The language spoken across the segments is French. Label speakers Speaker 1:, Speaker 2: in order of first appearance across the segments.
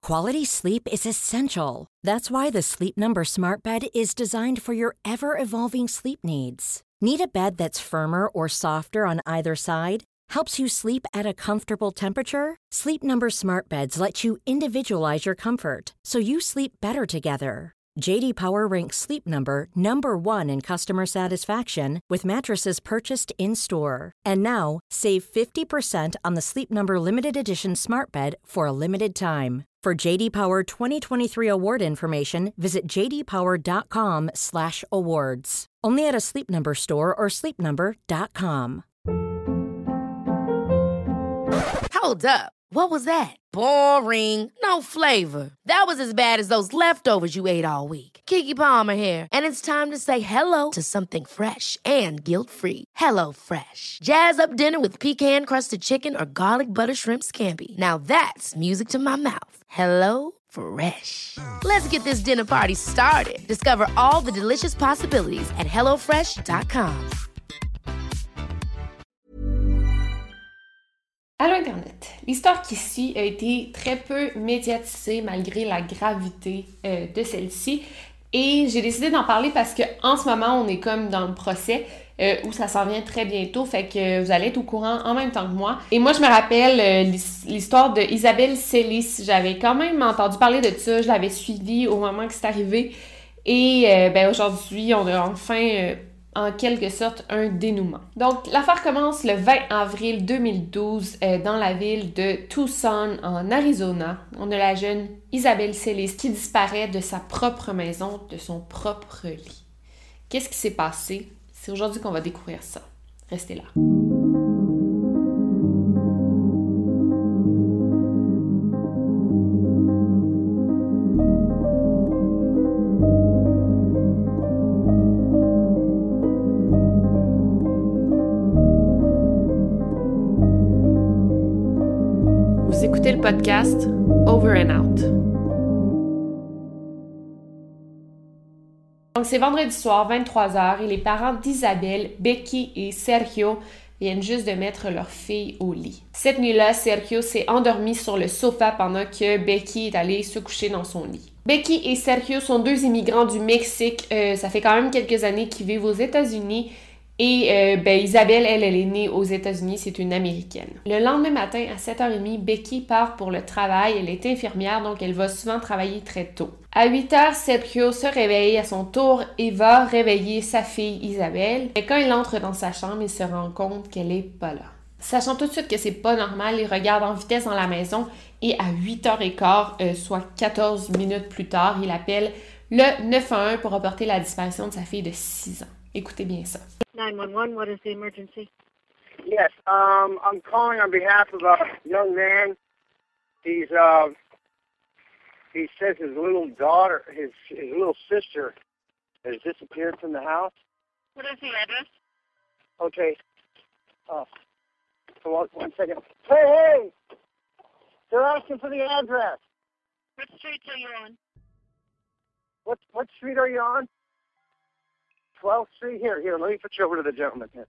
Speaker 1: Quality sleep is essential. That's why the Sleep Number Smart Bed is designed for your ever-evolving sleep needs. Need a bed that's firmer or softer on either side? Helps you sleep at a comfortable temperature? Sleep Number Smart Beds let you individualize your comfort so you sleep better together. J.D. Power ranks Sleep Number number 1 in customer satisfaction with mattresses purchased in-store. And now, save 50% on the Sleep Number Limited Edition Smart Bed for a limited time. For J.D. Power 2023 award information, visit jdpower.com/awards. Only at a Sleep Number store or sleepnumber.com.
Speaker 2: Hold up. What was that? Boring. No flavor. That was as bad as those leftovers you ate all week. Keke Palmer here, and it's time to say hello to something fresh and guilt-free. Hello Fresh. Jazz up dinner with pecan-crusted chicken or garlic butter shrimp scampi. Now that's music to my mouth. Hello Fresh. Let's get this dinner party started. Discover all the delicious possibilities at hellofresh.com.
Speaker 3: Allô Internet. L'histoire qui suit a été très peu médiatisée malgré la gravité de celle-ci. Et j'ai décidé d'en parler parce qu'en ce moment, on est comme dans le procès où ça s'en vient très bientôt. Fait que vous allez être au courant en même temps que moi. Et moi, je me rappelle l'histoire de Isabelle Celis. J'avais quand même entendu parler de ça. Je l'avais suivi au moment que c'est arrivé. Et aujourd'hui, on a enfin... en quelque sorte un dénouement. Donc, l'affaire commence le 20 avril 2012 dans la ville de Tucson, en Arizona. On a la jeune Isabelle Celis qui disparaît de sa propre maison, de son propre lit. Qu'est-ce qui s'est passé? C'est aujourd'hui qu'on va découvrir ça. Restez là. Écoutez le podcast Over and Out. Donc c'est vendredi soir, 23h, et les parents d'Isabelle, Becky et Sergio viennent juste de mettre leur fille au lit. Cette nuit-là, Sergio s'est endormi sur le sofa pendant que Becky est allée se coucher dans son lit. Becky et Sergio sont deux immigrants du Mexique. Ça fait quand même quelques années qu'ils vivent aux États-Unis. Et Isabelle, elle est née aux États-Unis, c'est une Américaine. Le lendemain matin, à 7h30, Becky part pour le travail. Elle est infirmière, donc elle va souvent travailler très tôt. À 8h, Sergio se réveille à son tour et va réveiller sa fille Isabelle. Et quand il entre dans sa chambre, il se rend compte qu'elle est pas là. Sachant tout de suite que c'est pas normal, il regarde en vitesse dans la maison et à 8h15, soit 14 minutes plus tard, il appelle le 911 pour reporter la disparition de sa fille de 6 ans. Écoutez bien ça.
Speaker 4: 911, what is the emergency?
Speaker 5: Yes, I'm calling on behalf of a young man. He says his little daughter, his little sister has disappeared from the house.
Speaker 4: What is the address?
Speaker 5: Okay. So one second. Hey! They're asking for the address.
Speaker 4: What street are you on?
Speaker 5: What street are you on? 12th Street? Here, let me put you over to the gentleman here.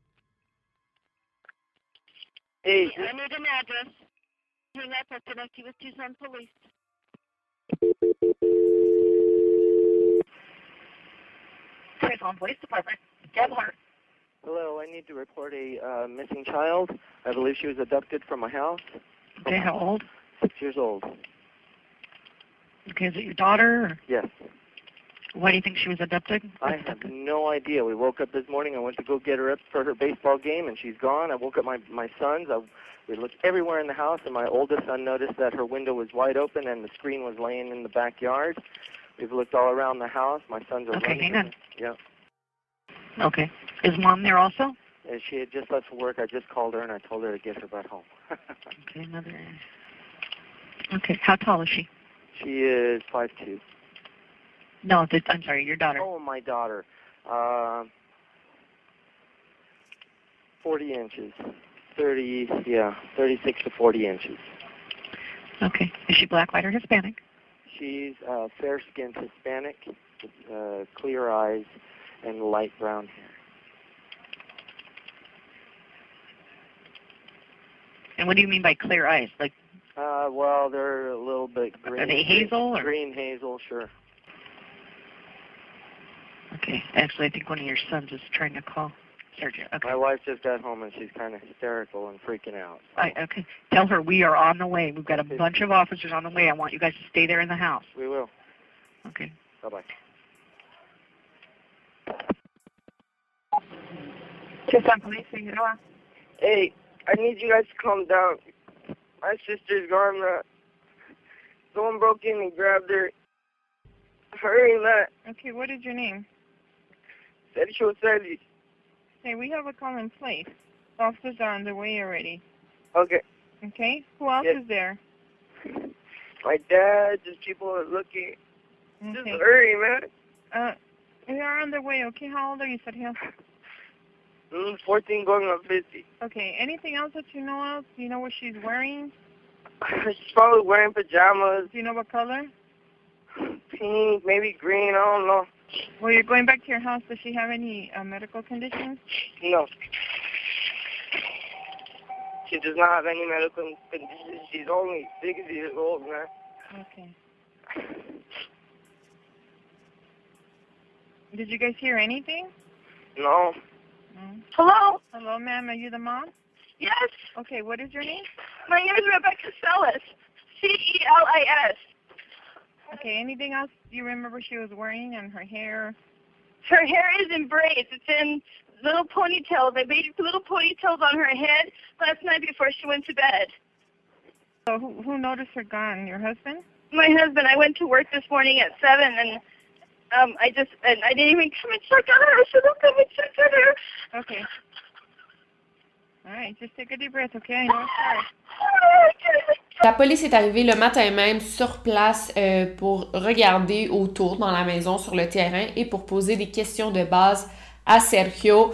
Speaker 5: Hey.
Speaker 4: I need an address. Hang up, I'll connect you with Tucson Police. Tucson Police Department. Gebhardt.
Speaker 6: Hello, I need to report a missing child. I believe she was abducted from my house.
Speaker 7: Okay, how old?
Speaker 6: 6 years old.
Speaker 7: Okay, is it your daughter? Or
Speaker 6: Yes.
Speaker 7: why do you think she was abducted?
Speaker 6: I have no idea. We woke up this morning. I went to go get her up for her baseball game, and she's gone. I woke up my sons. We looked everywhere in the house, and my oldest son noticed that her window was wide open and the screen was laying in the backyard. We've looked all around the house. My sons are
Speaker 7: Okay,
Speaker 6: running.
Speaker 7: hang on.
Speaker 6: Yeah.
Speaker 7: Okay. Is Mom there also?
Speaker 6: And she had just left for work. I just called her, and I told her to get her back home.
Speaker 7: Okay, another. Okay, how tall is she?
Speaker 6: She is 5'2".
Speaker 7: No, I'm sorry, your daughter.
Speaker 6: Oh, my daughter. 40 inches. 36 to 40 inches.
Speaker 7: Okay. Is she black, white, or Hispanic?
Speaker 6: She's fair-skinned Hispanic with clear eyes and light brown hair.
Speaker 7: And what do you mean by clear eyes? Like
Speaker 6: Well, they're a little bit green.
Speaker 7: Are they hazel? Or?
Speaker 6: Green hazel, sure.
Speaker 7: Okay. Actually, I think one of your sons is trying to call Sergio. Okay.
Speaker 6: My wife just got home and she's kind of hysterical and freaking out. So.
Speaker 7: Okay. Tell her we are on the way. We've got a bunch of officers on the way. I want you guys to stay there in the house.
Speaker 6: We will.
Speaker 7: Okay.
Speaker 6: Bye-bye.
Speaker 7: Tucson Police, Figueroa.
Speaker 6: Hey, I need you guys to calm down. My sister's gone. Someone broke in and grabbed her. Hurry, Matt.
Speaker 8: Okay, what is your name?
Speaker 6: Sergio Sergi.
Speaker 8: Hey, we have a call in place. Officers are on the way already.
Speaker 6: Okay.
Speaker 8: Okay? Who else is there?
Speaker 6: My dad, just people are looking.
Speaker 8: Okay.
Speaker 6: Just hurry, man.
Speaker 8: We are on the way, okay? How old are you, Sergio?
Speaker 6: 14 going on 50.
Speaker 8: Okay, anything else that you know of? Do you know what she's wearing?
Speaker 6: She's probably wearing pajamas.
Speaker 8: Do you know what color?
Speaker 6: Pink, maybe green, I don't know.
Speaker 8: Well, you're going back to your house. Does she have any medical conditions?
Speaker 6: No. She does not have any medical conditions. She's only 6 years old, man.
Speaker 8: Okay. Did you guys hear anything?
Speaker 6: No.
Speaker 4: Hello?
Speaker 8: Hello, ma'am. Are you the mom?
Speaker 4: Yes.
Speaker 8: Okay, what is your name?
Speaker 4: My name is Rebecca Celis. Celis.
Speaker 8: Okay, anything else you remember she was wearing and her hair?
Speaker 4: Her hair is in braids. It's in little ponytails. I made little ponytails on her head last night before she went to bed.
Speaker 8: So who noticed her gone? Your husband?
Speaker 4: My husband. I went to work this morning at 7 and I didn't even come and check on her. I should have come and checked on her.
Speaker 8: Okay. All right, just take a deep breath, okay? I know it's hard.
Speaker 3: La police est arrivée le matin même sur place pour regarder autour dans la maison, sur le terrain, et pour poser des questions de base à Sergio.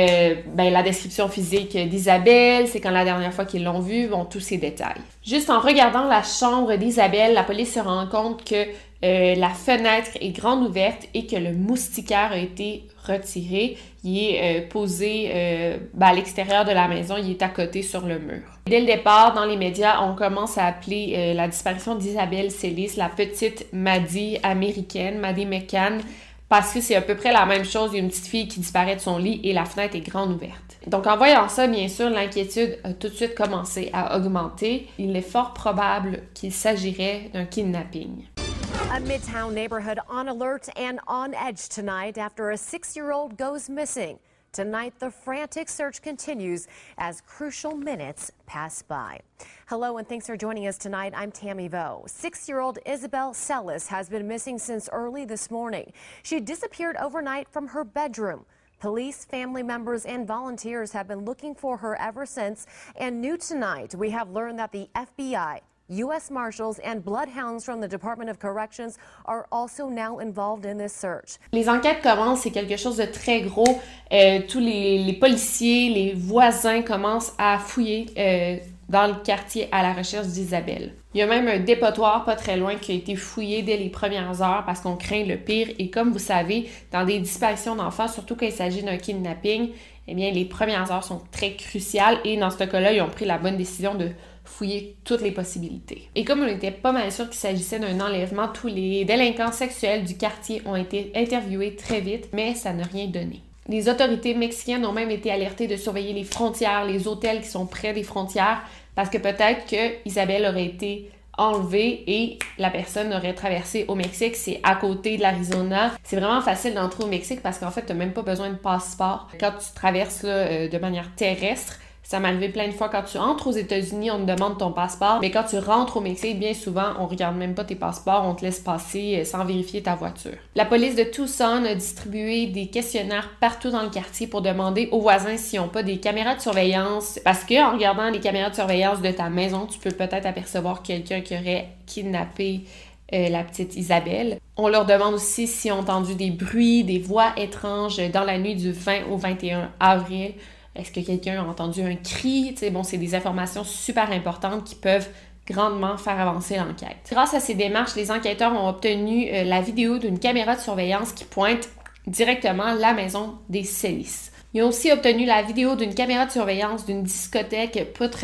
Speaker 3: La description physique d'Isabelle, c'est quand la dernière fois qu'ils l'ont vue, bon, tous ces détails. Juste en regardant la chambre d'Isabelle, la police se rend compte que la fenêtre est grande ouverte et que le moustiquaire a été retiré. Il est posé à l'extérieur de la maison, il est à côté sur le mur. Dès le départ, dans les médias, on commence à appeler la disparition d'Isabelle Celis la petite Maddie américaine, Maddie McCann, parce que c'est à peu près la même chose. Il y a une petite fille qui disparaît de son lit et la fenêtre est grande ouverte. Donc en voyant ça, bien sûr, l'inquiétude a tout de suite commencé à augmenter. Il est fort probable qu'il s'agirait d'un kidnapping.
Speaker 9: A Midtown neighborhood on alert and on edge tonight after a 6-year-old goes missing. Tonight, the frantic search continues as crucial minutes pass by. Hello and thanks for joining us tonight. I'm Tammy Vo. 6-year-old Isabelle Celis has been missing since early this morning. She disappeared overnight from her bedroom. Police, family members, and volunteers have been looking for her ever since. And new tonight, we have learned that the FBI, U.S. Marshals and bloodhounds from the Department of Corrections are also now involved in this search.
Speaker 3: Les enquêtes commencent, c'est quelque chose de très gros. Tous les policiers, les voisins commencent à fouiller dans le quartier à la recherche d'Isabelle. Il y a même un dépotoir pas très loin qui a été fouillé dès les premières heures parce qu'on craint le pire. Et comme vous savez, dans des disparitions d'enfants, surtout quand il s'agit d'un kidnapping, eh bien, les premières heures sont très cruciales. Et dans ce cas-là, ils ont pris la bonne décision de fouiller toutes les possibilités. Et comme on était pas mal sûr qu'il s'agissait d'un enlèvement, tous les délinquants sexuels du quartier ont été interviewés très vite, mais ça n'a rien donné. Les autorités mexicaines ont même été alertées de surveiller les frontières, les hôtels qui sont près des frontières, parce que peut-être que Isabelle aurait été enlevée et la personne aurait traversé au Mexique. C'est à côté de l'Arizona. C'est vraiment facile d'entrer au Mexique parce qu'en fait, tu n'as même pas besoin de passeport. Quand tu traverses de manière terrestre, ça m'est arrivé plein de fois. Quand tu entres aux États-Unis, on te demande ton passeport. Mais quand tu rentres au Mexique, bien souvent, on regarde même pas tes passeports. On te laisse passer sans vérifier ta voiture. La police de Tucson a distribué des questionnaires partout dans le quartier pour demander aux voisins s'ils n'ont pas des caméras de surveillance. Parce qu'en regardant les caméras de surveillance de ta maison, tu peux peut-être apercevoir quelqu'un qui aurait kidnappé la petite Isabelle. On leur demande aussi s'ils ont entendu des bruits, des voix étranges dans la nuit du 20 au 21 avril. Est-ce que quelqu'un a entendu un cri? C'est des informations super importantes qui peuvent grandement faire avancer l'enquête. Grâce à ces démarches, les enquêteurs ont obtenu la vidéo d'une caméra de surveillance qui pointe directement la maison des Celis. Ils ont aussi obtenu la vidéo d'une caméra de surveillance d'une discothèque pas très loin.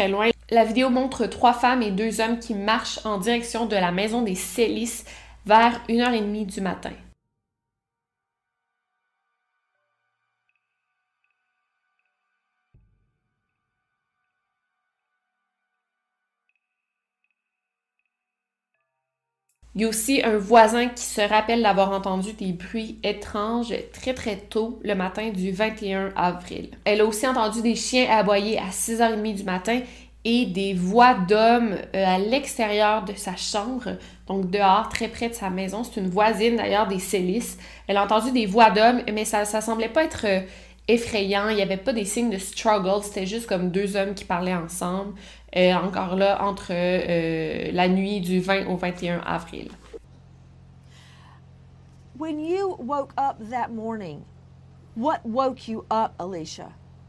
Speaker 3: La vidéo montre 3 femmes et 2 hommes qui marchent en direction de la maison des Celis vers 1h30 du matin. Il y a aussi un voisin qui se rappelle d'avoir entendu des bruits étranges très tôt le matin du 21 avril. Elle a aussi entendu des chiens aboyer à 6h30 du matin et des voix d'hommes à l'extérieur de sa chambre, donc dehors, très près de sa maison. C'est une voisine d'ailleurs des Celis. Elle a entendu des voix d'hommes, mais ça semblait pas être effrayant. Il n'y avait pas des signes de struggle, c'était juste comme 2 hommes qui parlaient ensemble. Encore là, entre la nuit du 20 au 21 avril.
Speaker 10: When you woke up that morning, what woke you up, Alicia?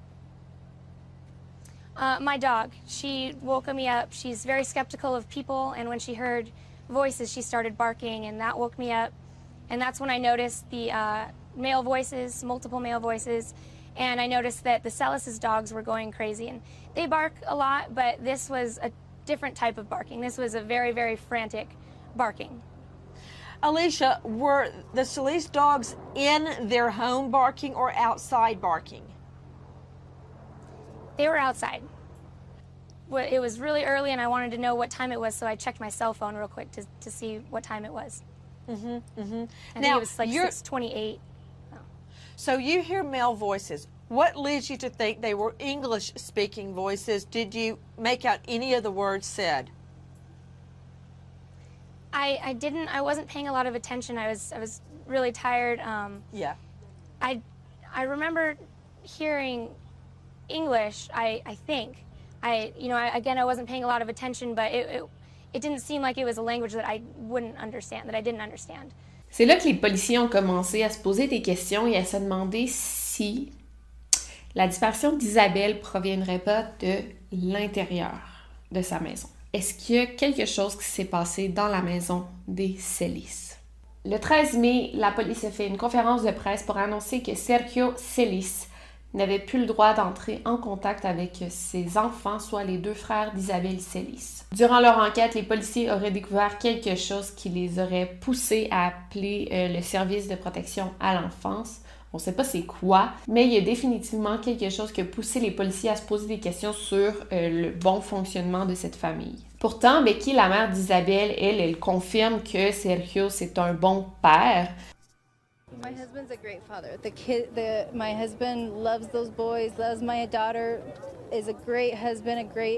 Speaker 11: My dog. She woke me up. She's very skeptical of people, and when she heard voices, she started barking, and that woke me up. And that's when I noticed the male voices, multiple male voices, and I noticed that the Celis' dogs were going crazy. And they bark a lot, but this was a different type of barking. This was a very frantic barking.
Speaker 10: Alicia, were the Celis dogs in their home barking or outside barking?
Speaker 11: They were outside. It was really early, and I wanted to know what time it was, so I checked my cell phone real quick to see what time it was. I think it was like 6:28.
Speaker 10: So you hear male voices. What leads you to think they were English-speaking voices? Did you make out any of the words said?
Speaker 11: I didn't. I wasn't paying a lot of attention. I was really tired.
Speaker 10: Yeah.
Speaker 11: I remember hearing English. I think. Again, I wasn't paying a lot of attention, but it didn't seem like it was a language that I wouldn't understand. That I didn't understand.
Speaker 3: C'est là que les policiers ont commencé à se poser des questions et à se demander si la disparition d'Isabelle proviendrait pas de l'intérieur de sa maison. Est-ce qu'il y a quelque chose qui s'est passé dans la maison des Celis? Le 13 mai, la police a fait une conférence de presse pour annoncer que Sergio Celis n'avait plus le droit d'entrer en contact avec ses enfants, soit les 2 frères d'Isabelle Celis. Durant leur enquête, les policiers auraient découvert quelque chose qui les aurait poussés à appeler le service de protection à l'enfance. On ne sait pas c'est quoi, mais il y a définitivement quelque chose qui a poussé les policiers à se poser des questions sur le bon fonctionnement de cette famille. Pourtant, Becky, la mère d'Isabelle, elle confirme que Sergio, c'est un bon père.
Speaker 12: My husband's a great father. My husband loves those boys, loves my daughter, is a great husband, a great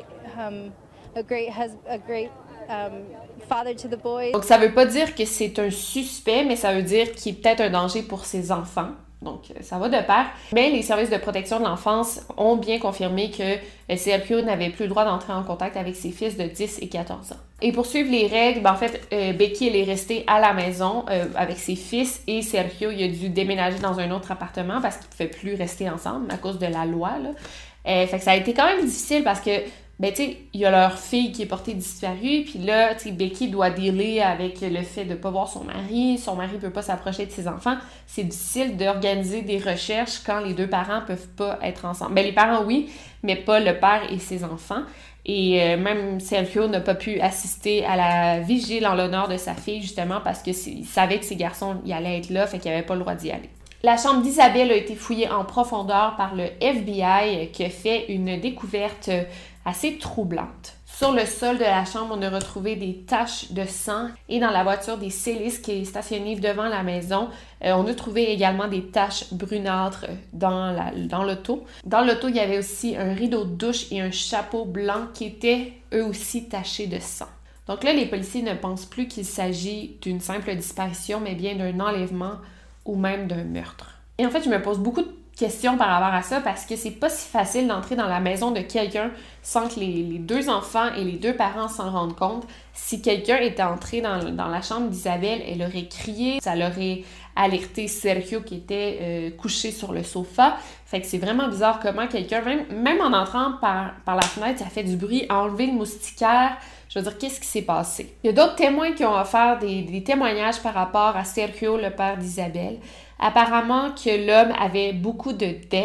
Speaker 12: father to the boys.
Speaker 3: Donc ça veut pas dire que c'est un suspect, mais ça veut dire qu'il est peut-être un danger pour ses enfants. Donc ça va de pair. Mais les services de protection de l'enfance ont bien confirmé que Sergio n'avait plus le droit d'entrer en contact avec ses fils de 10 et 14 ans. Et pour suivre les règles, Becky elle est restée à la maison avec ses fils et Sergio il a dû déménager dans un autre appartement parce qu'ils ne pouvaient plus rester ensemble à cause de la loi. Fait que ça a été quand même difficile parce que il y a leur fille qui est portée disparue, puis là, Becky doit dealer avec le fait de ne pas voir son mari ne peut pas s'approcher de ses enfants. C'est difficile d'organiser des recherches quand les 2 parents ne peuvent pas être ensemble. Les parents, oui, mais pas le père et ses enfants. Et même Sergio n'a pas pu assister à la vigile en l'honneur de sa fille, justement, parce qu'il savait que ses garçons y allaient être là, fait qu'il n'avait pas le droit d'y aller. La chambre d'Isabelle a été fouillée en profondeur par le FBI qui a fait une découverte assez troublante. Sur le sol de la chambre, on a retrouvé des taches de sang et dans la voiture des Celis qui est stationnée devant la maison, on a trouvé également des taches brunâtres dans l'auto. Dans l'auto, il y avait aussi un rideau de douche et un chapeau blanc qui étaient eux aussi tachés de sang. Donc là, les policiers ne pensent plus qu'il s'agit d'une simple disparition, mais bien d'un enlèvement ou même d'un meurtre. Et en fait, je me pose beaucoup de questions par rapport à ça parce que c'est pas si facile d'entrer dans la maison de quelqu'un sans que les 2 enfants et les 2 parents s'en rendent compte. Si quelqu'un était entré dans la chambre d'Isabelle, elle aurait crié, ça l'aurait alerté Sergio qui était couché sur le sofa. Fait que c'est vraiment bizarre comment quelqu'un, même en entrant par la fenêtre, ça fait du bruit, a enlevé le moustiquaire. Je veux dire, qu'est-ce qui s'est passé? Il y a d'autres témoins qui ont offert des témoignages par rapport à Sergio, le père d'Isabelle. Apparemment que l'homme avait beaucoup de dettes.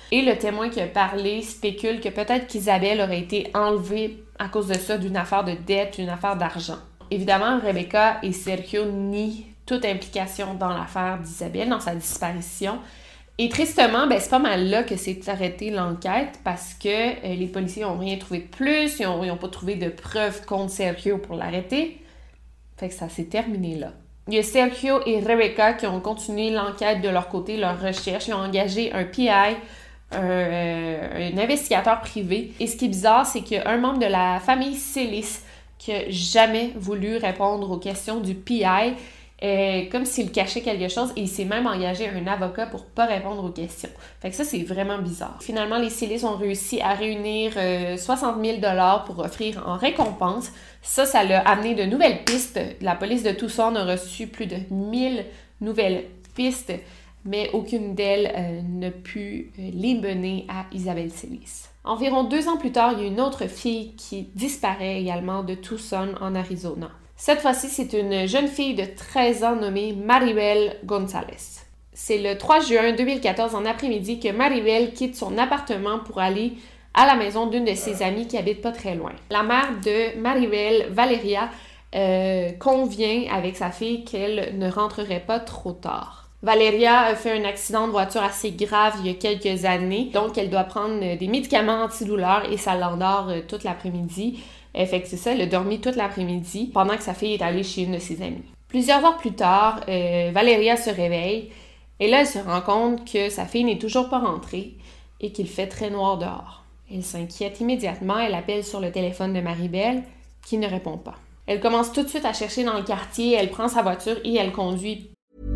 Speaker 3: Et le témoin qui a parlé spécule que peut-être qu'Isabelle aurait été enlevée à cause de ça, d'une affaire de dette, d'une affaire d'argent. Évidemment, Rebecca et Sergio nient toute implication dans l'affaire d'Isabelle, dans sa disparition. Et tristement, c'est pas mal là que s'est arrêtée l'enquête parce que les policiers n'ont rien trouvé de plus, ils n'ont pas trouvé de preuves contre Sergio pour l'arrêter. Fait que ça s'est terminé là. Il y a Sergio et Rebecca qui ont continué l'enquête de leur côté, leur recherche. Ils ont engagé un PI, un investigateur privé. Et ce qui est bizarre, c'est qu'il y a un membre de la famille Celis qui n'a jamais voulu répondre aux questions du PI, comme s'il cachait quelque chose, et il s'est même engagé un avocat pour pas répondre aux questions. Fait que ça, c'est vraiment bizarre. Finalement, les Celis ont réussi à réunir 60 000 $ pour offrir en récompense. Ça l'a amené de nouvelles pistes. La police de Tucson a reçu plus de 1000 nouvelles pistes, mais aucune d'elles n'a pu les mener à Isabelle Celis. Environ 2 ans plus tard, il y a une autre fille qui disparaît également de Tucson, en Arizona. Cette fois-ci, c'est une jeune fille de 13 ans nommée Maribel González. C'est le 3 juin 2014, en après-midi, que Maribel quitte son appartement pour aller à la maison d'une de ses amies qui habite pas très loin. La mère de Maribel, Valeria, convient avec sa fille qu'elle ne rentrerait pas trop tard. Valeria a fait un accident de voiture assez grave il y a quelques années, donc elle doit prendre des médicaments antidouleurs et ça l'endort toute l'après-midi. Fait que c'est ça, elle a dormi toute l'après-midi pendant que sa fille est allée chez une de ses amies. Plusieurs heures plus tard, Valeria se réveille et là, elle se rend compte que sa fille n'est toujours pas rentrée et qu'il fait très noir dehors. Elle s'inquiète immédiatement, elle appelle sur le téléphone de Maribel qui ne répond pas. Elle commence tout de suite à chercher dans le quartier, elle prend sa voiture et elle conduit.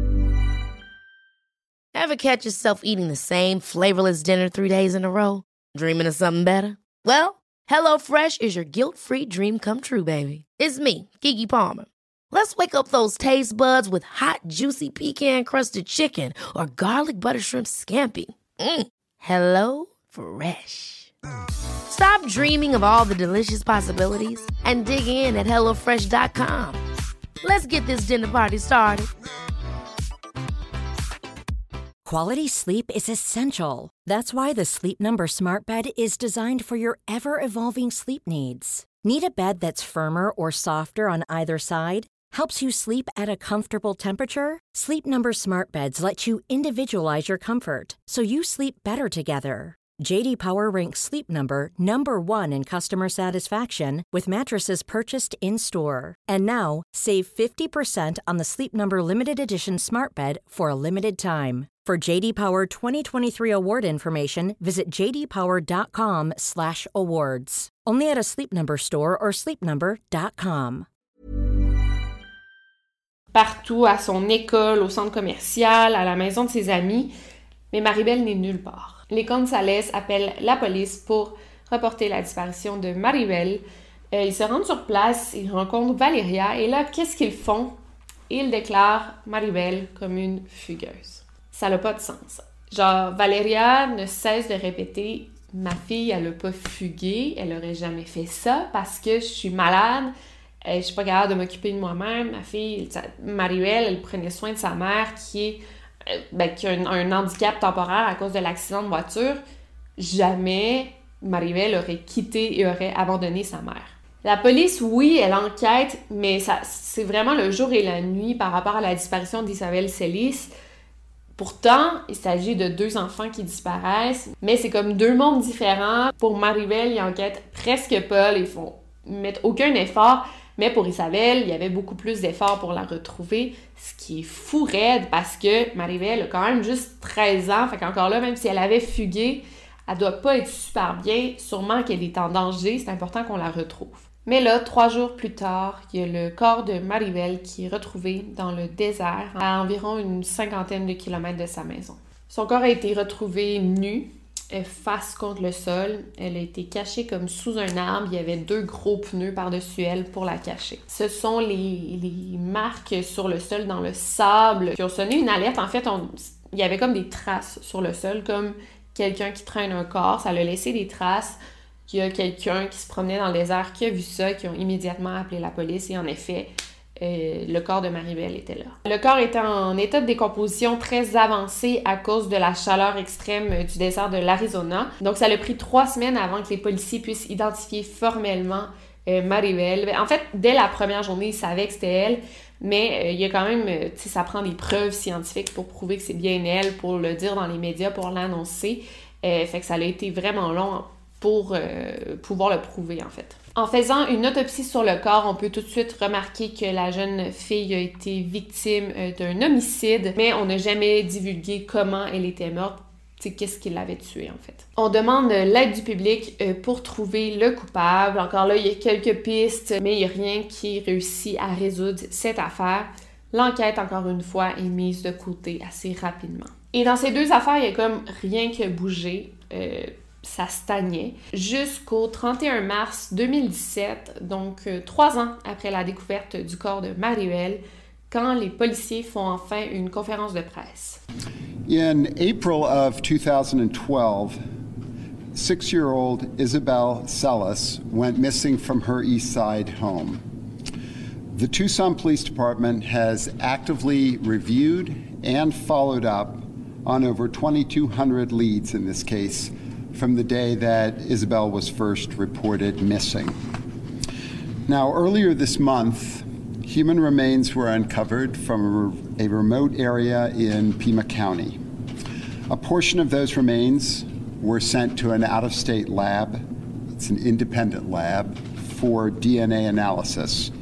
Speaker 2: Ever catch yourself eating the same flavorless dinner 3 days in a row? Dreaming of something better? Well, HelloFresh is your guilt-free dream come true, baby. It's me, Keke Palmer. Let's wake up those taste buds with hot, juicy pecan-crusted chicken or garlic butter shrimp scampi. Hello Fresh. Stop dreaming of all the delicious possibilities and dig in at HelloFresh.com. Let's get this dinner party started.
Speaker 1: Quality sleep is essential. That's why the Sleep Number Smart Bed is designed for your ever-evolving sleep needs. Need a bed that's firmer or softer on either side? Helps you sleep at a comfortable temperature? Sleep Number Smart Beds let you individualize your comfort, so you sleep better together. J.D. Power ranks Sleep Number number 1 in customer satisfaction with mattresses purchased in-store. And now, save 50% on the Sleep Number Limited Edition Smart Bed for a limited time. For J.D. Power 2023 award information, visit jdpower.com/awards. Only at a Sleep Number store or sleepnumber.com.
Speaker 3: Partout, à son école, au centre commercial, à la maison de ses amis, mais Maribel n'est nulle part. Les González appellent la police pour reporter la disparition de Maribel. Ils se rendent sur place, ils rencontrent Valeria et là, qu'est-ce qu'ils font? Ils déclarent Maribel comme une fugueuse. Ça n'a pas de sens. Genre, Valeria ne cesse de répéter « Ma fille, elle n'a pas fugué, elle n'aurait jamais fait ça parce que je suis malade, je suis pas capable de m'occuper de moi-même. Ma fille, Maribel, elle prenait soin de sa mère qui a un handicap temporaire à cause de l'accident de voiture. Jamais Maribel aurait quitté et aurait abandonné sa mère. » La police, oui, elle enquête, mais c'est vraiment le jour et la nuit par rapport à la disparition d'Isabelle Celis. Pourtant, il s'agit de 2 enfants qui disparaissent, mais c'est comme 2 mondes différents. Pour Maribel, ils enquêtent presque pas, ils mettent aucun effort, mais pour Isabelle, il y avait beaucoup plus d'efforts pour la retrouver, ce qui est fou raide parce que Maribel a quand même juste 13 ans, fait qu'encore là, même si elle avait fugué, elle doit pas être super bien, sûrement qu'elle est en danger, c'est important qu'on la retrouve. Mais là, 3 jours plus tard, il y a le corps de Maribel qui est retrouvé dans le désert, à environ une 50aine de kilomètres de sa maison. Son corps a été retrouvé nu, face contre le sol. Elle a été cachée comme sous un arbre. Il y avait 2 gros pneus par-dessus elle pour la cacher. Ce sont les marques sur le sol dans le sable qui ont sonné une alerte. En fait, il y avait comme des traces sur le sol, comme quelqu'un qui traîne un corps. Ça a laissé des traces. Il y a quelqu'un qui se promenait dans le désert qui a vu ça, qui ont immédiatement appelé la police. Et en effet, le corps de Maribel était là. Le corps était en état de décomposition très avancé à cause de la chaleur extrême du désert de l'Arizona. Donc, ça a pris 3 semaines avant que les policiers puissent identifier formellement Maribel. En fait, dès la première journée, ils savaient que c'était elle, mais il y a quand même, tu sais, ça prend des preuves scientifiques pour prouver que c'est bien elle, pour le dire dans les médias, pour l'annoncer. Fait que ça a été vraiment long pour pouvoir le prouver, en fait. En faisant une autopsie sur le corps, on peut tout de suite remarquer que la jeune fille a été victime d'un homicide, mais on n'a jamais divulgué comment elle était morte, qu'est-ce qui l'avait tuée en fait. On demande l'aide du public pour trouver le coupable. Encore là, il y a quelques pistes, mais il n'y a rien qui réussit à résoudre cette affaire. L'enquête, encore une fois, est mise de côté assez rapidement. Et dans ces 2 affaires, il y a comme rien qui a bougé. Ça stagnait jusqu'au 31 mars 2017, donc 3 ans après la découverte du corps de Maribel, quand les policiers font enfin une conférence de presse.
Speaker 13: In April of 2012, 6-year-old Isabel Celis went missing from her East Side home. The Tucson Police Department has actively reviewed and followed up on over 2,200 leads in this case from the day that Isabel was first reported missing. Now, earlier this month, human remains were uncovered from a remote area in Pima County. A portion of those remains were sent to an out-of-state lab. It's an independent lab for DNA analysis.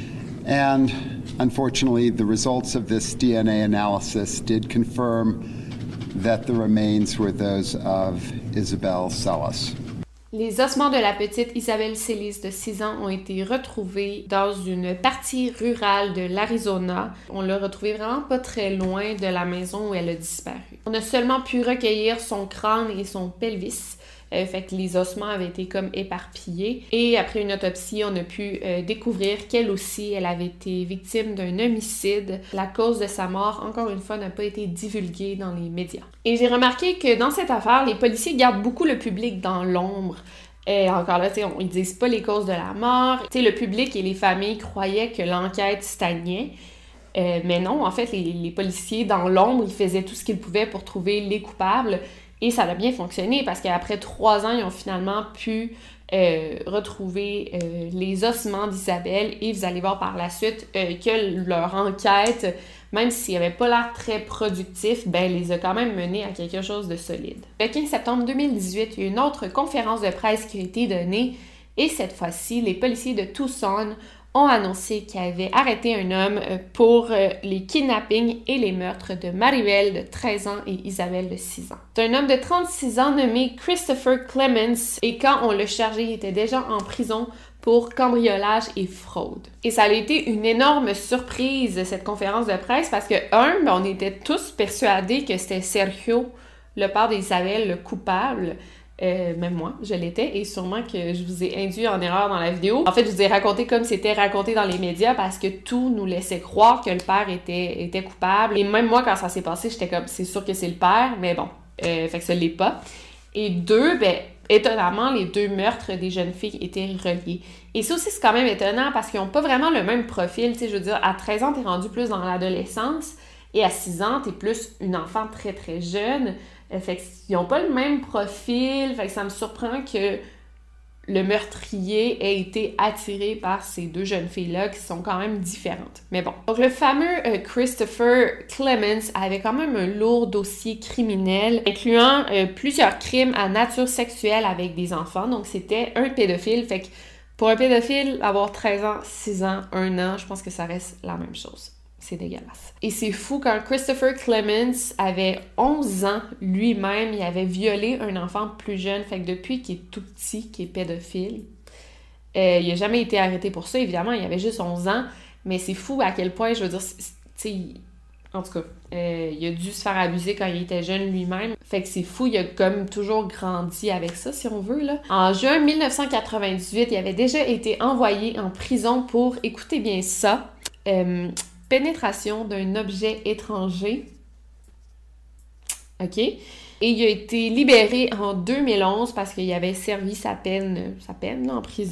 Speaker 13: And unfortunately, the results of this DNA analysis did confirm that the remains were those of Isabel Celis.
Speaker 3: Les ossements de la petite Isabelle Celis de 6 ans ont été retrouvés dans une partie rurale de l'Arizona. On l'a retrouvée vraiment pas très loin de la maison où elle a disparu. On a seulement pu recueillir son crâne et son pelvis. Fait que les ossements avaient été comme éparpillés. Et après une autopsie, on a pu découvrir qu'elle aussi, elle avait été victime d'un homicide. La cause de sa mort, encore une fois, n'a pas été divulguée dans les médias. Et j'ai remarqué que dans cette affaire, les policiers gardent beaucoup le public dans l'ombre. Et encore là, ils disent pas les causes de la mort. Le public et les familles croyaient que l'enquête stagnait. Mais non, en fait, les policiers dans l'ombre, ils faisaient tout ce qu'ils pouvaient pour trouver les coupables. Et ça a bien fonctionné parce qu'après 3 ans, ils ont finalement pu retrouver les ossements d'Isabelle et vous allez voir par la suite que leur enquête, même s'il n'avait pas l'air très productif, les a quand même menés à quelque chose de solide. Le 15 septembre 2018, il y a une autre conférence de presse qui a été donnée et cette fois-ci, les policiers de Tucson ont annoncé qu'ils avaient arrêté un homme pour les kidnappings et les meurtres de Maribel de 13 ans et Isabelle de 6 ans. C'est un homme de 36 ans nommé Christopher Clements et quand on l'a chargé, il était déjà en prison pour cambriolage et fraude. Et ça a été une énorme surprise, cette conférence de presse, parce que, on était tous persuadés que c'était Sergio, le père d'Isabelle, le coupable. Même moi, je l'étais, et sûrement que je vous ai induit en erreur dans la vidéo. En fait, je vous ai raconté comme c'était raconté dans les médias parce que tout nous laissait croire que le père était coupable. Et même moi, quand ça s'est passé, j'étais comme, c'est sûr que c'est le père, mais bon, fait que ça l'est pas. Et 2, étonnamment, les 2 meurtres des jeunes filles étaient reliés. Et ça aussi, c'est quand même étonnant parce qu'ils n'ont pas vraiment le même profil. Tu sais, je veux dire, à 13 ans, t'es rendu plus dans l'adolescence, et à 6 ans, t'es plus une enfant très, très jeune. Fait qu'ils n'ont pas le même profil, fait que ça me surprend que le meurtrier ait été attiré par ces 2 jeunes filles-là qui sont quand même différentes. Mais bon. Donc le fameux Christopher Clements avait quand même un lourd dossier criminel, incluant plusieurs crimes à nature sexuelle avec des enfants. Donc c'était un pédophile, fait que pour un pédophile, avoir 13 ans, 6 ans, 1 an, je pense que ça reste la même chose. C'est dégueulasse. Et c'est fou, quand Christopher Clements avait 11 ans, lui-même, il avait violé un enfant plus jeune. Fait que depuis qu'il est tout petit, qu'il est pédophile, il n'a jamais été arrêté pour ça. Évidemment, il avait juste 11 ans. Mais c'est fou à quel point, je veux dire, tu sais, en tout cas, il a dû se faire abuser quand il était jeune lui-même. Fait que c'est fou, il a comme toujours grandi avec ça, si on veut, là. En juin 1998, il avait déjà été envoyé en prison pour, écoutez bien ça, pénétration d'un objet étranger. OK? Et il a été libéré en 2011 parce qu'il avait servi sa peine là, en prison.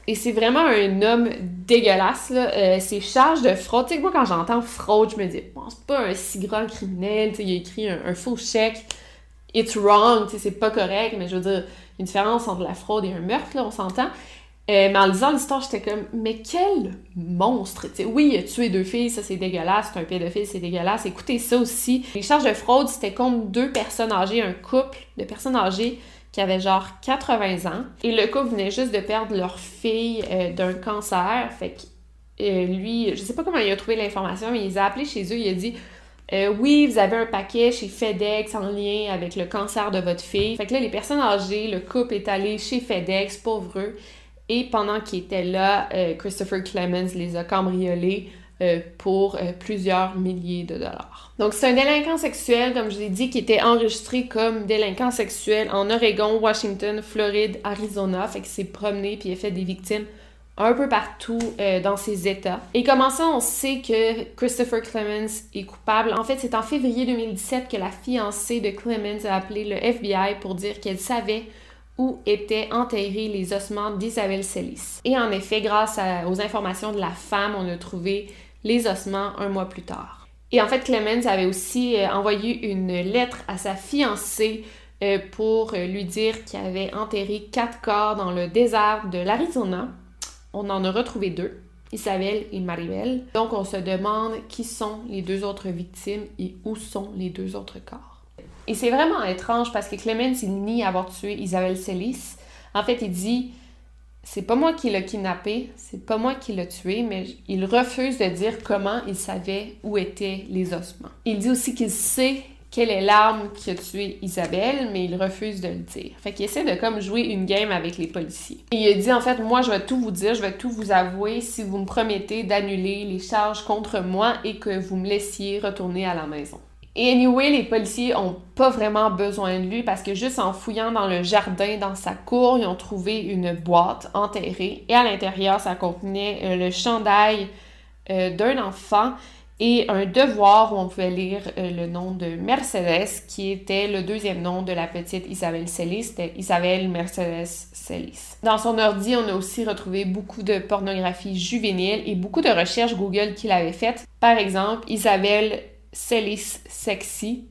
Speaker 3: Et c'est vraiment un homme dégueulasse, là. Ses charges de fraude, tu sais, moi, quand j'entends fraude, je me dis, bon, c'est pas un si grand criminel, tu sais, il a écrit un faux chèque. It's wrong, tu sais, c'est pas correct, mais je veux dire, une différence entre la fraude et un meurtre, là, on s'entend. Mais en lisant l'histoire, j'étais comme, mais quel monstre! T'sais, oui, il a tué 2 filles, ça c'est dégueulasse, c'est un pédophile, c'est dégueulasse. Écoutez ça aussi. Les charges de fraude, c'était contre 2 personnes âgées, un couple de personnes âgées qui avaient genre 80 ans. Et le couple venait juste de perdre leur fille d'un cancer. Fait que lui, je sais pas comment il a trouvé l'information, mais il les a appelés chez eux, il a dit... oui, vous avez un paquet chez FedEx en lien avec le cancer de votre fille. Fait que là, les personnes âgées, le couple est allé chez FedEx, pauvre eux. Et pendant qu'ils étaient là, Christopher Clemens les a cambriolés pour plusieurs milliers de dollars. Donc, c'est un délinquant sexuel, comme je l'ai dit, qui était enregistré comme délinquant sexuel en Oregon, Washington, Floride, Arizona. Fait qu'il s'est promené puis il a fait des victimes un peu partout dans ces États. Et comment ça, on sait que Christopher Clemens est coupable? En fait, c'est en février 2017 que la fiancée de Clemens a appelé le FBI pour dire qu'elle savait où étaient enterrés les ossements d'Isabelle Celis. Et en effet, grâce aux informations de la femme, on a trouvé les ossements un mois plus tard. Et en fait, Clemens avait aussi envoyé une lettre à sa fiancée pour lui dire qu'il avait enterré 4 corps dans le désert de l'Arizona. On en a retrouvé 2, Isabelle et Maribel. Donc, on se demande qui sont les 2 autres victimes et où sont les 2 autres corps. Et c'est vraiment étrange parce que Clemens, il nie avoir tué Isabelle Celis. En fait, il dit « C'est pas moi qui l'ai kidnappé, c'est pas moi qui l'ai tué, mais il refuse de dire comment il savait où étaient les ossements. » Il dit aussi qu'il sait quelle est l'arme qui a tué Isabelle, mais il refuse de le dire. Fait qu'il essaie de comme jouer une game avec les policiers. Et il a dit, en fait, moi, je vais tout vous dire, je vais tout vous avouer si vous me promettez d'annuler les charges contre moi et que vous me laissiez retourner à la maison. Et anyway, les policiers ont pas vraiment besoin de lui parce que juste en fouillant dans le jardin, dans sa cour, ils ont trouvé une boîte enterrée et à l'intérieur, ça contenait le chandail d'un enfant et un devoir où on pouvait lire le nom de Mercedes, qui était le 2e nom de la petite Isabelle Celis, c'était Isabelle Mercedes Celis. Dans son ordi, on a aussi retrouvé beaucoup de pornographie juvénile et beaucoup de recherches Google qu'il avait faites. Par exemple, Isabelle Celis sexy.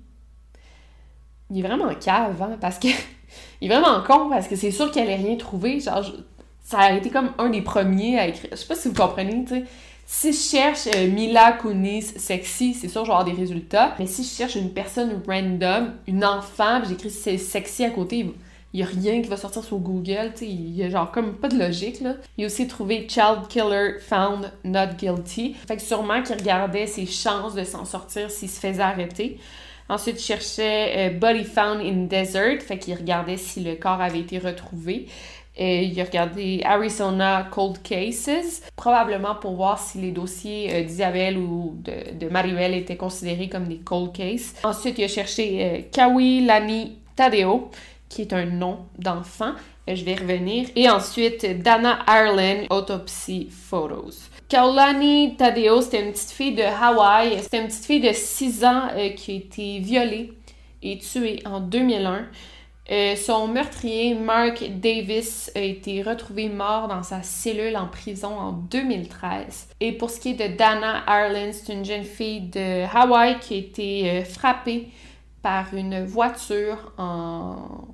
Speaker 3: Il est vraiment cave, hein, parce que... il est vraiment con, parce que c'est sûr qu'il allait rien trouver. Genre, ça a été comme un des premiers à écrire. Je sais pas si vous comprenez, tu sais. Si je cherche Mila Kunis sexy, c'est sûr que je vais avoir des résultats. Mais si je cherche une personne random, une enfant, puis j'écris sexy à côté, il y a rien qui va sortir sur Google, tu sais, il y a genre comme pas de logique, là. Il a aussi trouvé Child Killer Found Not Guilty. Fait que sûrement qu'il regardait ses chances de s'en sortir s'il se faisait arrêter. Ensuite, il cherchait Body Found in Desert. Fait qu'il regardait si le corps avait été retrouvé. Il a regardé Arizona Cold Cases, probablement pour voir si les dossiers d'Isabelle ou de Maribel étaient considérés comme des cold cases. Ensuite, il a cherché Kawilani Tadeo, qui est un nom d'enfant. Je vais revenir. Et ensuite, Dana Ireland, Autopsy Photos. Kaulani Tadeo, c'était une petite fille de Hawaï. C'était une petite fille de 6 ans qui a été violée et tuée en 2001. Son meurtrier, Mark Davis, a été retrouvé mort dans sa cellule en prison en 2013. Et pour ce qui est de Dana Ireland, c'est une jeune fille de Hawaï qui a été frappée par une voiture en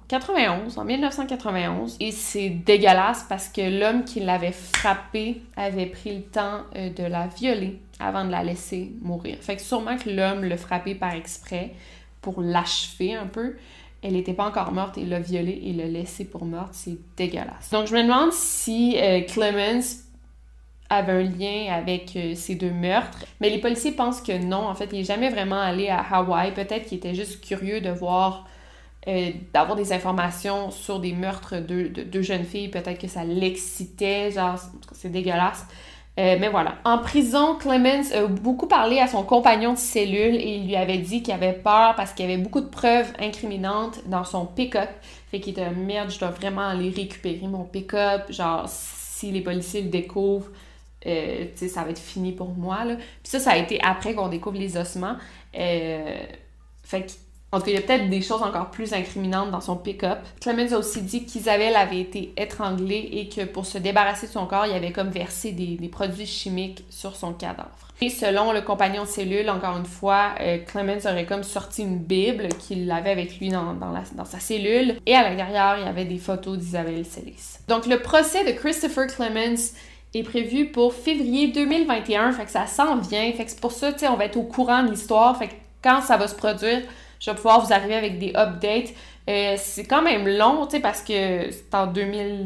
Speaker 3: 1991. Et c'est dégueulasse parce que l'homme qui l'avait frappée avait pris le temps de la violer avant de la laisser mourir. Fait que sûrement que l'homme l'a frappée par exprès pour l'achever un peu. Elle n'était pas encore morte, il l'a violée et l'a laissée pour morte. C'est dégueulasse. Donc, je me demande si Clemens avait un lien avec ces 2 meurtres. Mais les policiers pensent que non. En fait, il n'est jamais vraiment allé à Hawaï. Peut-être qu'il était juste curieux de voir, d'avoir des informations sur des meurtres de 2 jeunes filles. Peut-être que ça l'excitait. Genre, c'est dégueulasse. Mais voilà. En prison, Clemens a beaucoup parlé à son compagnon de cellule et il lui avait dit qu'il avait peur parce qu'il y avait beaucoup de preuves incriminantes dans son pick-up. Fait qu'il était « Merde, je dois vraiment aller récupérer mon pick-up. Genre, si les policiers le découvrent, tu sais, ça va être fini pour moi, là. » Puis ça a été après qu'on découvre les ossements. Fait En tout cas, il y a peut-être des choses encore plus incriminantes dans son pick-up. Clemens a aussi dit qu'Isabelle avait été étranglée et que pour se débarrasser de son corps, il avait comme versé des produits chimiques sur son cadavre. Et selon le compagnon de cellule, encore une fois, Clemens aurait comme sorti une Bible qu'il avait avec lui dans sa cellule. Et à l'intérieur, il y avait des photos d'Isabelle Celis. Donc, le procès de Christopher Clemens est prévu pour février 2021. Fait que ça s'en vient. Fait que c'est pour ça, tu sais, on va être au courant de l'histoire. Fait que quand ça va se produire, je vais pouvoir vous arriver avec des updates. C'est quand même long, tu sais, parce que c'est en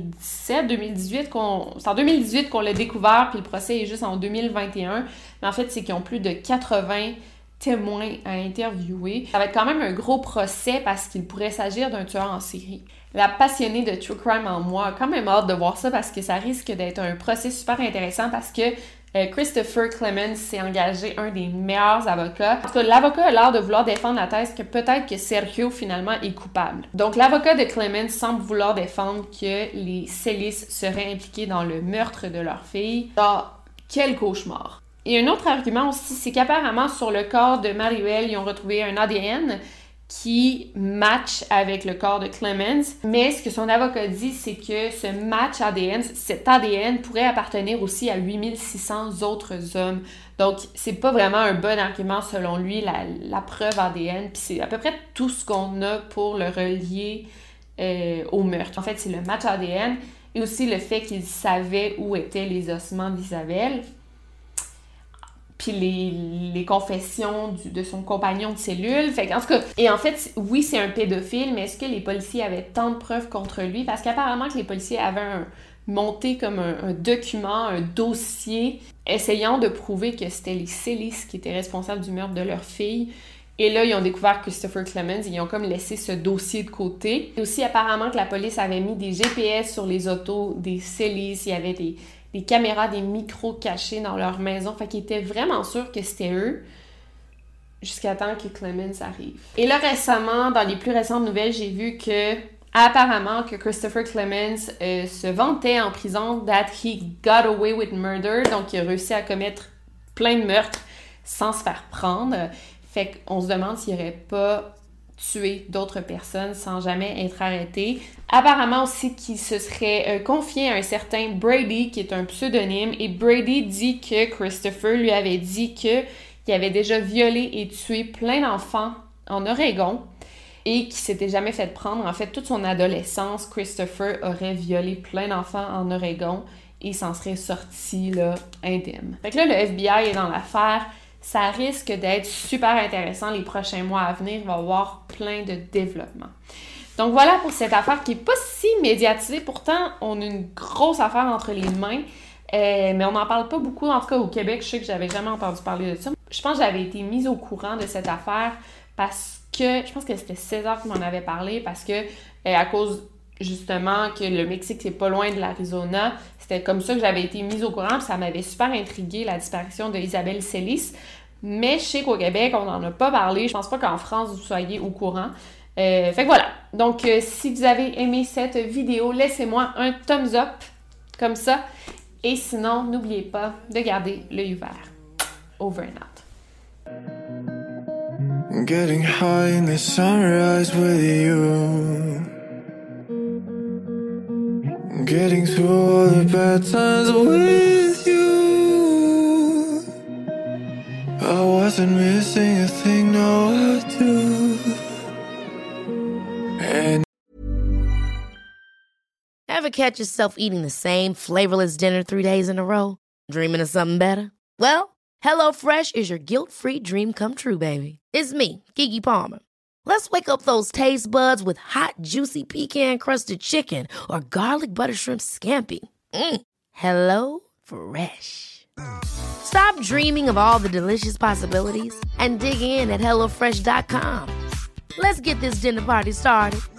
Speaker 3: 2018 qu'on l'a découvert, puis le procès est juste en 2021. Mais en fait, c'est qu'ils ont plus de 80 témoins à interviewer. Ça va être quand même un gros procès parce qu'il pourrait s'agir d'un tueur en série. La passionnée de True Crime en moi a quand même hâte de voir ça parce que ça risque d'être un procès super intéressant parce que Christopher Clemens s'est engagé un des meilleurs avocats. En tout cas, l'avocat a l'air de vouloir défendre la thèse que peut-être que Sergio finalement est coupable. Donc, l'avocat de Clemens semble vouloir défendre que les Celis seraient impliqués dans le meurtre de leur fille. Ah, quel cauchemar! Et un autre argument aussi, c'est qu'apparemment sur le corps de Mariel, ils ont retrouvé un ADN qui match avec le corps de Clemens. Mais ce que son avocat dit, c'est que ce match ADN, cet ADN pourrait appartenir aussi à 8600 autres hommes. Donc, c'est pas vraiment un bon argument selon lui, la preuve ADN. Puis c'est à peu près tout ce qu'on a pour le relier au meurtre. En fait, c'est le match ADN et aussi le fait qu'il savait où étaient les ossements d'Isabelle. Puis les confessions de son compagnon de cellule. Fait en tout cas, et en fait, oui, c'est un pédophile, mais est-ce que les policiers avaient tant de preuves contre lui? Parce qu'apparemment que les policiers avaient monté comme un document, un dossier, essayant de prouver que c'était les Celis qui étaient responsables du meurtre de leur fille. Et là, ils ont découvert Christopher Clemens, ils ont comme laissé ce dossier de côté. Et aussi, apparemment que la police avait mis des GPS sur les autos des Celis, il y avait des caméras, des micros cachés dans leur maison. Fait qu'ils étaient vraiment sûrs que c'était eux jusqu'à temps que Clemens arrive. Et là, récemment, dans les plus récentes nouvelles, j'ai vu que apparemment que Christopher Clemens se vantait en prison that he got away with murder. Donc, il a réussi à commettre plein de meurtres sans se faire prendre. Fait qu'on se demande s'il n'aurait pas tuer d'autres personnes sans jamais être arrêté. Apparemment aussi qu'il se serait confié à un certain Brady, qui est un pseudonyme, et Brady dit que Christopher lui avait dit qu'il avait déjà violé et tué plein d'enfants en Oregon et qu'il s'était jamais fait prendre. En fait, toute son adolescence, Christopher aurait violé plein d'enfants en Oregon et s'en serait sorti là, indemne. Fait que là, le FBI est dans l'affaire. Ça risque d'être super intéressant les prochains mois à venir. Il va y avoir plein de développements. Donc voilà pour cette affaire qui n'est pas si médiatisée. Pourtant, on a une grosse affaire entre les mains. Mais on n'en parle pas beaucoup. En tout cas, au Québec, je sais que j'avais jamais entendu parler de ça. Je pense que j'avais été mise au courant de cette affaire parce que, je pense que c'était César qui m'en avait parlé, parce que à cause justement que le Mexique, c'est pas loin de l'Arizona, c'était comme ça que j'avais été mise au courant, puis ça m'avait super intriguée, la disparition de Isabelle Celis. Mais je sais qu'au Québec, on n'en a pas parlé. Je pense pas qu'en France, vous soyez au courant. Fait que voilà. Donc, si vous avez aimé cette vidéo, laissez-moi un thumbs up, comme ça. Et sinon, n'oubliez pas de garder l'œil ouvert. Over and out.
Speaker 14: Getting high in the sunrise with you. Getting through all the bad times with you. I wasn't missing a thing, now I do. And
Speaker 2: Ever catch yourself eating the same flavorless dinner 3 days in a row? Dreaming of something better? Well, HelloFresh is your guilt-free dream come true, baby. It's me, Keke Palmer. Let's wake up those taste buds with hot, juicy pecan-crusted chicken or garlic butter shrimp scampi. Hello Fresh. Stop dreaming of all the delicious possibilities and dig in at HelloFresh.com. Let's get this dinner party started.